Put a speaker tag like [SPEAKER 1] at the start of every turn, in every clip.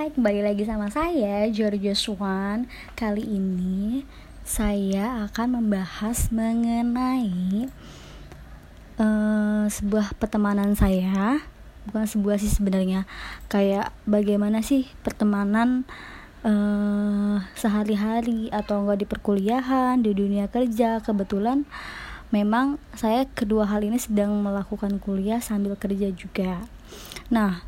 [SPEAKER 1] kembali lagi sama saya, Giorgio Swan. Kali ini saya akan membahas mengenai sebuah pertemanan saya. Bukan sebuah sih sebenarnya, kayak bagaimana sih pertemanan sehari-hari atau enggak di perkuliahan, di dunia kerja. Kebetulan memang saya kedua hal ini sedang melakukan kuliah sambil kerja juga. Nah,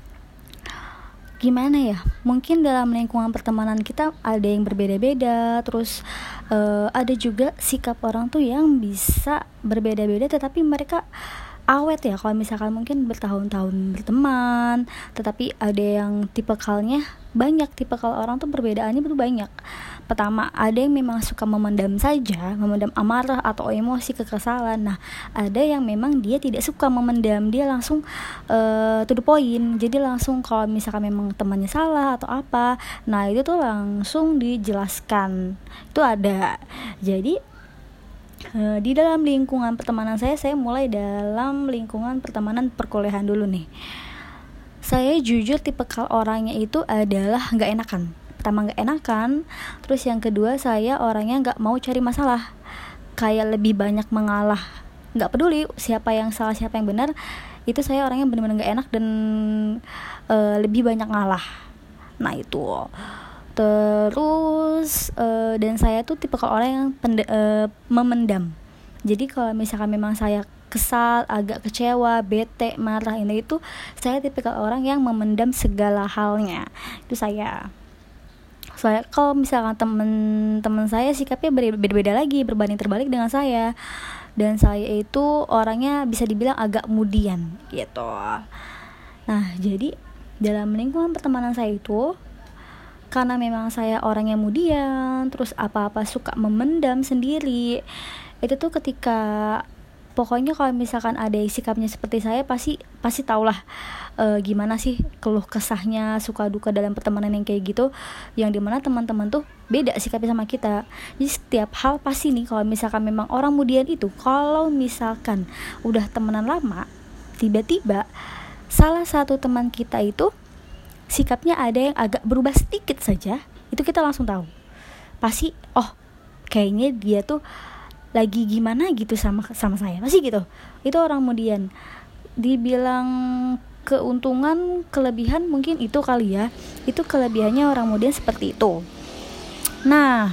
[SPEAKER 1] gimana ya, mungkin dalam lingkungan pertemanan kita ada yang berbeda-beda. Terus ada juga sikap orang tuh yang bisa berbeda-beda, tetapi mereka awet ya. Kalau misalkan mungkin bertahun-tahun berteman, tetapi ada yang tipikalnya banyak. Tipikal orang tuh perbedaannya tuh banyak. Pertama, ada yang memang suka memendam saja, memendam amarah atau emosi, kekesalan. Nah, ada yang memang dia tidak suka memendam, dia langsung to the point. Jadi langsung kalau misalkan memang temannya salah atau apa, nah itu tuh langsung dijelaskan. Itu ada. Jadi di dalam lingkungan pertemanan saya mulai dalam lingkungan pertemanan perkuliahan dulu nih. Saya jujur tipikal orangnya itu adalah gak enakan. Pertama gak enakan, terus yang kedua saya orangnya gak mau cari masalah, kayak lebih banyak mengalah. Gak peduli siapa yang salah siapa yang benar, itu saya orangnya benar-benar gak enak dan lebih banyak ngalah. Nah itu. Terus dan saya tuh tipikal orang yang memendam. Jadi kalau misalkan memang saya kesal, agak kecewa, bete, marah, ini itu saya tipikal orang yang memendam segala halnya. Itu saya kalau misalkan teman-teman saya sikapnya berbeda lagi, berbanding terbalik dengan saya. Dan saya itu orangnya bisa dibilang agak mudian gitu. Nah, jadi dalam lingkungan pertemanan saya itu, karena memang saya orangnya mudian, terus apa-apa suka memendam sendiri. Itu tuh ketika pokoknya kalau misalkan ada sikapnya seperti saya, pasti taulah gimana sih keluh kesahnya, suka duka dalam pertemanan yang kayak gitu, yang dimana teman-teman tuh beda sikapnya sama kita. Jadi setiap hal pasti nih, kalau misalkan memang orang mudian itu, kalau misalkan udah temenan lama, tiba-tiba salah satu teman kita itu sikapnya ada yang agak berubah sedikit saja, itu kita langsung tahu. Pasti kayaknya dia tuh lagi gimana gitu sama saya, pasti gitu. Itu orang kemudian dibilang keuntungan, kelebihan mungkin itu kali ya. Itu kelebihannya orang kemudian seperti itu. Nah,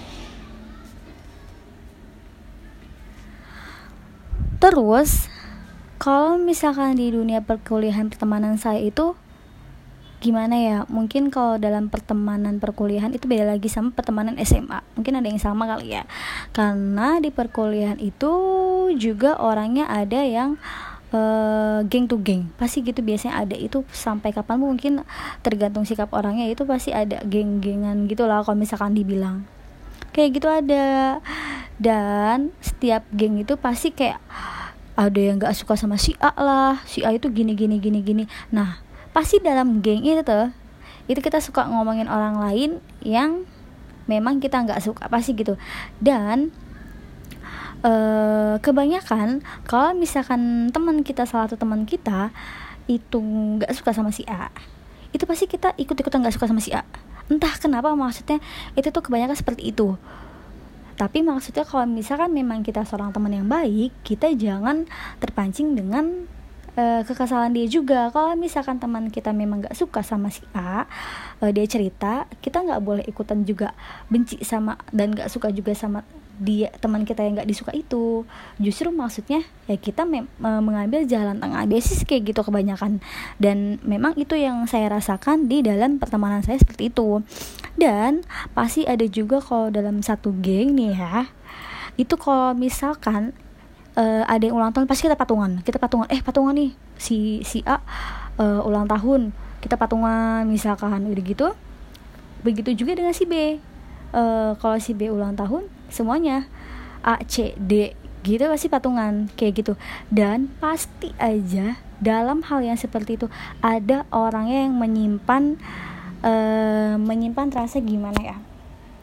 [SPEAKER 1] terus kalau misalkan di dunia perkuliahan pertemanan saya itu gimana ya, mungkin kalau dalam pertemanan perkuliahan itu beda lagi sama pertemanan SMA. Mungkin ada yang sama kali ya, karena di perkuliahan itu juga orangnya ada yang geng to geng, pasti gitu biasanya ada. Itu sampai kapan mungkin tergantung sikap orangnya, itu pasti ada geng-gengan gitu lah kalau misalkan dibilang kayak gitu ada. Dan setiap geng itu pasti kayak ada yang gak suka sama si A lah, si A itu gini. Nah, pasti dalam geng itu kita suka ngomongin orang lain yang memang kita nggak suka, pasti gitu. Dan kebanyakan kalau misalkan salah satu teman kita itu nggak suka sama si A, itu pasti kita ikut-ikutan nggak suka sama si A. Entah kenapa, maksudnya itu tuh kebanyakan seperti itu. Tapi maksudnya kalau misalkan memang kita seorang teman yang baik, kita jangan terpancing dengan kekesalan dia juga. Kalau misalkan teman kita memang gak suka sama si A, dia cerita, kita gak boleh ikutan juga benci sama dan gak suka juga sama dia, teman kita yang gak disuka itu. Justru maksudnya ya kita mengambil jalan tengah, biasanya kayak gitu kebanyakan. Dan memang itu yang saya rasakan di dalam pertemanan saya seperti itu. Dan pasti ada juga kalau dalam satu geng nih ya, itu kalau misalkan ada yang ulang tahun, pasti kita patungan nih, si A ulang tahun, kita patungan misalkan udah gitu. Begitu juga dengan si B, kalau si B ulang tahun, semuanya A, C, D gitu pasti patungan kayak gitu. Dan pasti aja dalam hal yang seperti itu ada orangnya yang menyimpan rasa gimana ya,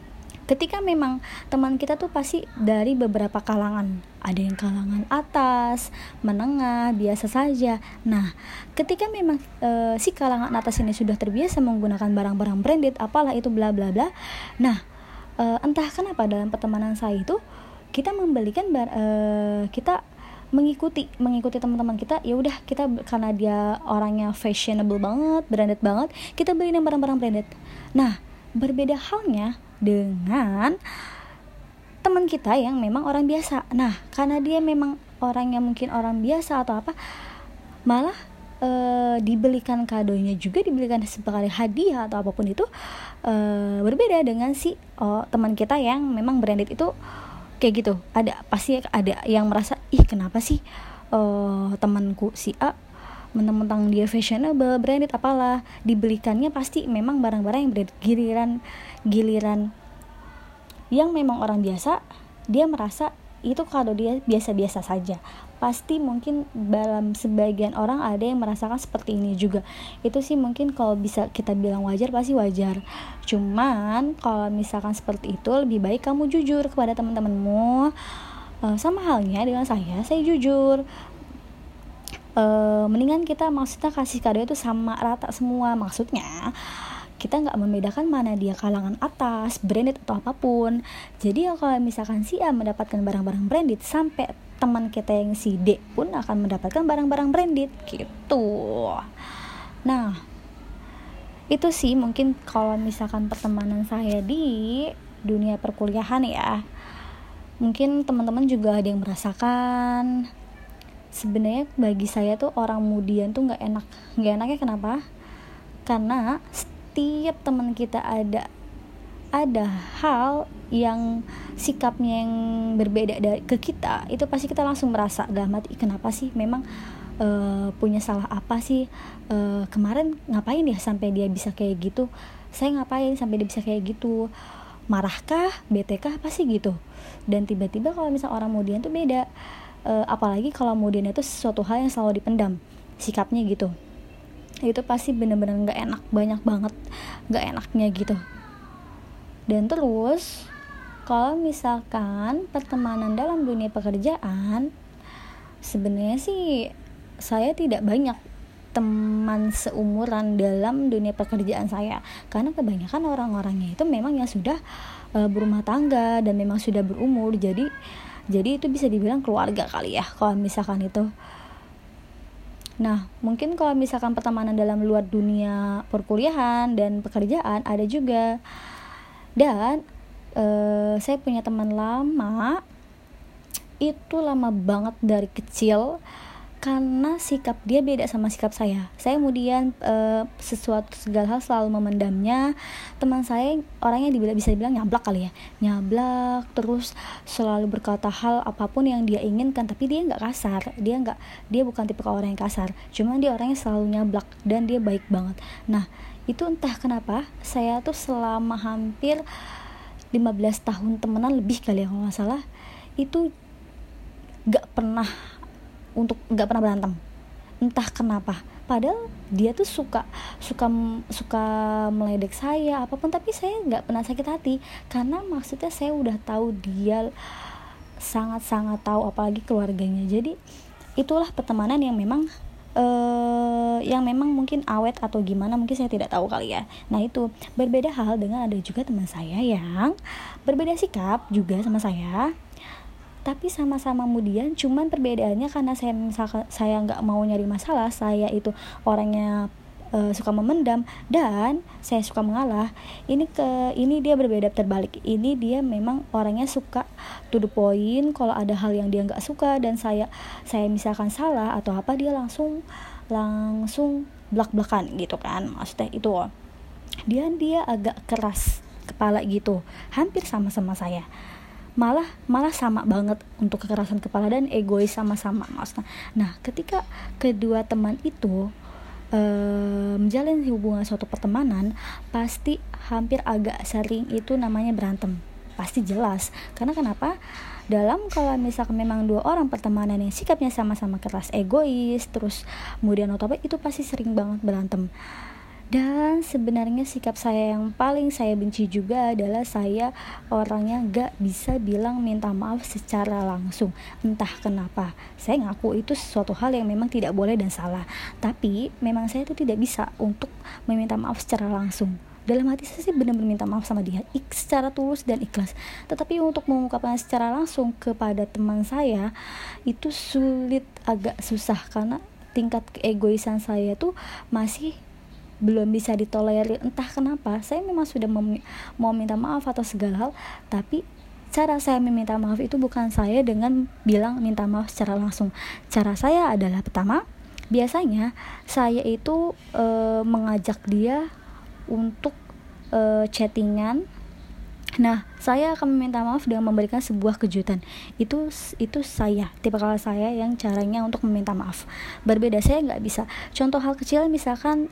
[SPEAKER 1] ketika memang teman kita tuh pasti dari beberapa kalangan, ada yang kalangan atas, menengah, biasa saja. Nah, ketika memang si kalangan atas ini sudah terbiasa menggunakan barang-barang branded, apalah itu bla bla bla. Nah, entah kenapa dalam pertemanan saya itu kita membelikan kita mengikuti teman-teman kita. Ya udah, kita karena dia orangnya fashionable banget, branded banget, kita beliin yang barang-barang branded. Nah, berbeda halnya dengan teman kita yang memang orang biasa. Nah, karena dia memang orang yang mungkin orang biasa atau apa, malah dibelikan kadonya juga, dibelikan sebagai hadiah atau apapun itu, berbeda dengan si teman kita yang memang branded itu kayak gitu. Pasti ada yang merasa, ih kenapa sih temanku si A mentang-mentang dia fashionable, branded apalah, dibelikannya pasti memang barang-barang yang branded. Giliran yang memang orang biasa, dia merasa itu kado dia biasa-biasa saja. Pasti mungkin dalam sebagian orang ada yang merasakan seperti ini juga. Itu sih mungkin kalau bisa kita bilang wajar, pasti wajar. Cuman kalau misalkan seperti itu, lebih baik kamu jujur kepada teman-temanmu. Sama halnya dengan saya jujur. Mendingan kita maksudnya kasih kado itu sama rata semua. Maksudnya kita nggak membedakan mana dia kalangan atas, branded atau apapun. Jadi kalau misalkan si A mendapatkan barang-barang branded, sampai teman kita yang si D pun akan mendapatkan barang-barang branded gitu. Nah, itu sih mungkin kalau misalkan pertemanan saya di dunia perkuliahan ya. Mungkin teman-teman juga ada yang merasakan. Sebenarnya bagi saya tuh orang mudian tuh nggak enaknya kenapa? Karena setiap teman kita ada hal yang sikapnya yang berbeda dari ke kita, itu pasti kita langsung merasa dalam hati, kenapa sih, memang punya salah apa sih, kemarin ngapain ya sampai dia bisa kayak gitu, saya ngapain sampai dia bisa kayak gitu, marahkah, betekah, pasti gitu. Dan tiba-tiba kalau misal orang mudian tuh beda. Apalagi kalau kemudian itu sesuatu hal yang selalu dipendam sikapnya gitu, itu pasti bener-bener gak enak, banyak banget gak enaknya gitu. Dan terus kalau misalkan pertemanan dalam dunia pekerjaan, sebenarnya sih saya tidak banyak teman seumuran dalam dunia pekerjaan saya, karena kebanyakan orang-orangnya itu memang yang sudah berumah tangga dan memang sudah berumur, jadi itu bisa dibilang keluarga kali ya kalau misalkan itu. Nah, mungkin kalau misalkan pertemanan dalam luar dunia perkuliahan dan pekerjaan ada juga. Dan saya punya teman lama, itu lama banget dari kecil, karena sikap dia beda sama sikap saya. Saya kemudian segala hal selalu memendamnya. Teman saya orangnya bisa dibilang nyablak kali ya, nyablak, terus selalu berkata hal apapun yang dia inginkan, tapi dia nggak kasar, dia bukan tipe orang yang kasar, cuman dia orangnya selalu nyablak dan dia baik banget. Nah, itu entah kenapa saya tuh selama hampir 15 tahun temenan lebih kali ya kalau nggak salah, itu nggak pernah berantem, entah kenapa. Padahal dia tuh suka meledek saya apapun, tapi saya nggak pernah sakit hati, karena maksudnya saya udah tahu dia sangat tahu apalagi keluarganya. Jadi itulah pertemanan yang memang mungkin awet atau gimana, mungkin saya tidak tahu kali ya. Nah, itu berbeda hal dengan ada juga teman saya yang berbeda sikap juga sama saya, tapi sama-sama kemudian, cuman perbedaannya karena saya nggak mau nyari masalah, saya itu orangnya suka memendam dan saya suka mengalah. Ini dia berbeda terbalik. Ini dia memang orangnya suka to the point. Kalau ada hal yang dia nggak suka dan saya misalkan salah atau apa, dia langsung blak-blakan gitu kan, maksudnya itu. Dia agak keras kepala gitu, hampir sama-sama saya. Malah sama banget untuk kekerasan kepala dan egois sama-sama maksudnya. Nah, ketika kedua teman itu menjalin hubungan suatu pertemanan, pasti hampir agak sering itu namanya berantem, pasti jelas. Karena kenapa? Kalau misalkan memang dua orang pertemanan yang sikapnya sama-sama keras, egois, terus kemudian itu pasti sering banget berantem. Dan sebenarnya sikap saya yang paling saya benci juga adalah saya orangnya gak bisa bilang minta maaf secara langsung. Entah kenapa, saya ngaku itu sesuatu hal yang memang tidak boleh dan salah, tapi memang saya itu tidak bisa untuk meminta maaf secara langsung. Dalam hati saya sih benar-benar minta maaf sama dia secara tulus dan ikhlas, tetapi untuk mengungkapkan secara langsung kepada teman saya itu sulit, agak susah, karena tingkat keegoisan saya tuh masih belum bisa ditolerir. Entah kenapa saya memang sudah mau minta maaf atau segala hal, tapi cara saya meminta maaf itu bukan saya dengan bilang minta maaf secara langsung. Cara saya adalah, pertama, biasanya saya itu mengajak dia untuk chattingan. Nah, saya akan meminta maaf dengan memberikan sebuah kejutan. Itu saya, tipikal saya yang caranya untuk meminta maaf. Berbeda, saya nggak bisa. Contoh hal kecil, misalkan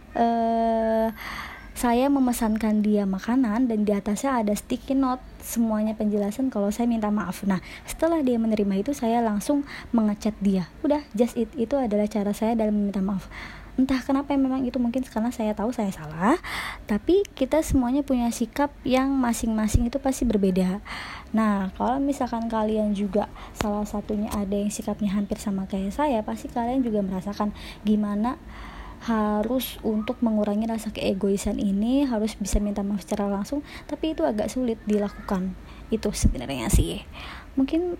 [SPEAKER 1] saya memesankan dia makanan dan di atasnya ada sticky note semuanya penjelasan kalau saya minta maaf. Nah, setelah dia menerima itu, saya langsung mengechat dia. Udah, just it. Itu adalah cara saya dalam meminta maaf. Entah kenapa, memang itu mungkin karena saya tahu saya salah, tapi kita semuanya punya sikap yang masing-masing itu pasti berbeda. Nah, kalau misalkan kalian juga salah satunya ada yang sikapnya hampir sama kayak saya, pasti kalian juga merasakan gimana harus untuk mengurangi rasa keegoisan ini, harus bisa minta maaf secara langsung, tapi itu agak sulit dilakukan. Itu sebenarnya sih. Mungkin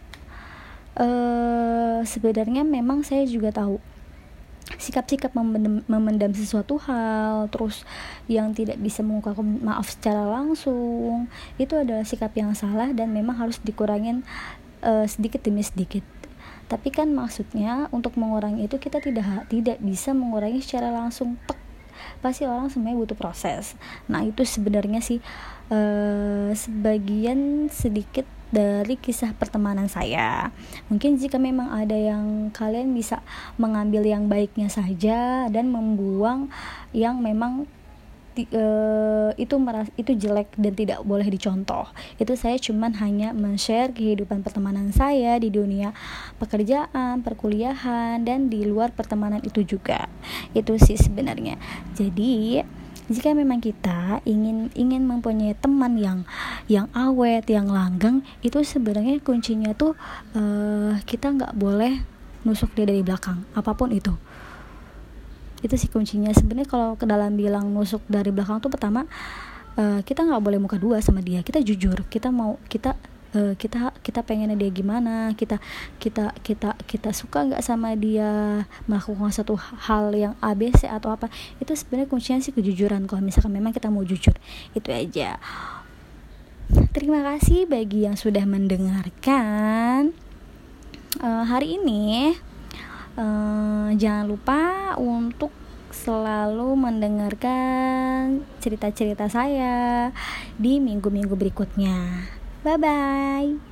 [SPEAKER 1] sebenarnya memang saya juga tahu sikap-sikap memendam sesuatu hal, terus yang tidak bisa mengungkapkan maaf secara langsung, itu adalah sikap yang salah dan memang harus dikurangin sedikit demi sedikit. Tapi kan maksudnya untuk mengurangi itu kita tidak bisa mengurangi secara langsung, pasti orang semuanya butuh proses. Nah, itu sebenarnya sih sebagian sedikit dari kisah pertemanan saya. Mungkin jika memang ada yang kalian bisa mengambil yang baiknya saja dan membuang yang memang itu jelek dan tidak boleh dicontoh. Itu saya cuman hanya men-share kehidupan pertemanan saya di dunia pekerjaan, perkuliahan, dan di luar pertemanan itu juga. Itu sih sebenarnya. Jadi jika memang kita ingin mempunyai teman yang awet, yang langgeng, itu sebenarnya kuncinya tuh kita nggak boleh nusuk dia dari belakang, apapun itu sih kuncinya. Sebenarnya kalau ke dalam bilang nusuk dari belakang tuh, pertama kita nggak boleh muka dua sama dia, kita jujur, kita pengennya dia gimana, kita suka nggak sama dia, melakukan satu hal yang ABC atau apa. Itu sebenarnya kuncinya sih kejujuran. Kalau misalkan memang kita mau jujur, itu aja. Terima kasih bagi yang sudah mendengarkan hari ini. Jangan lupa untuk selalu mendengarkan cerita-cerita saya di minggu-minggu berikutnya. Bye-bye.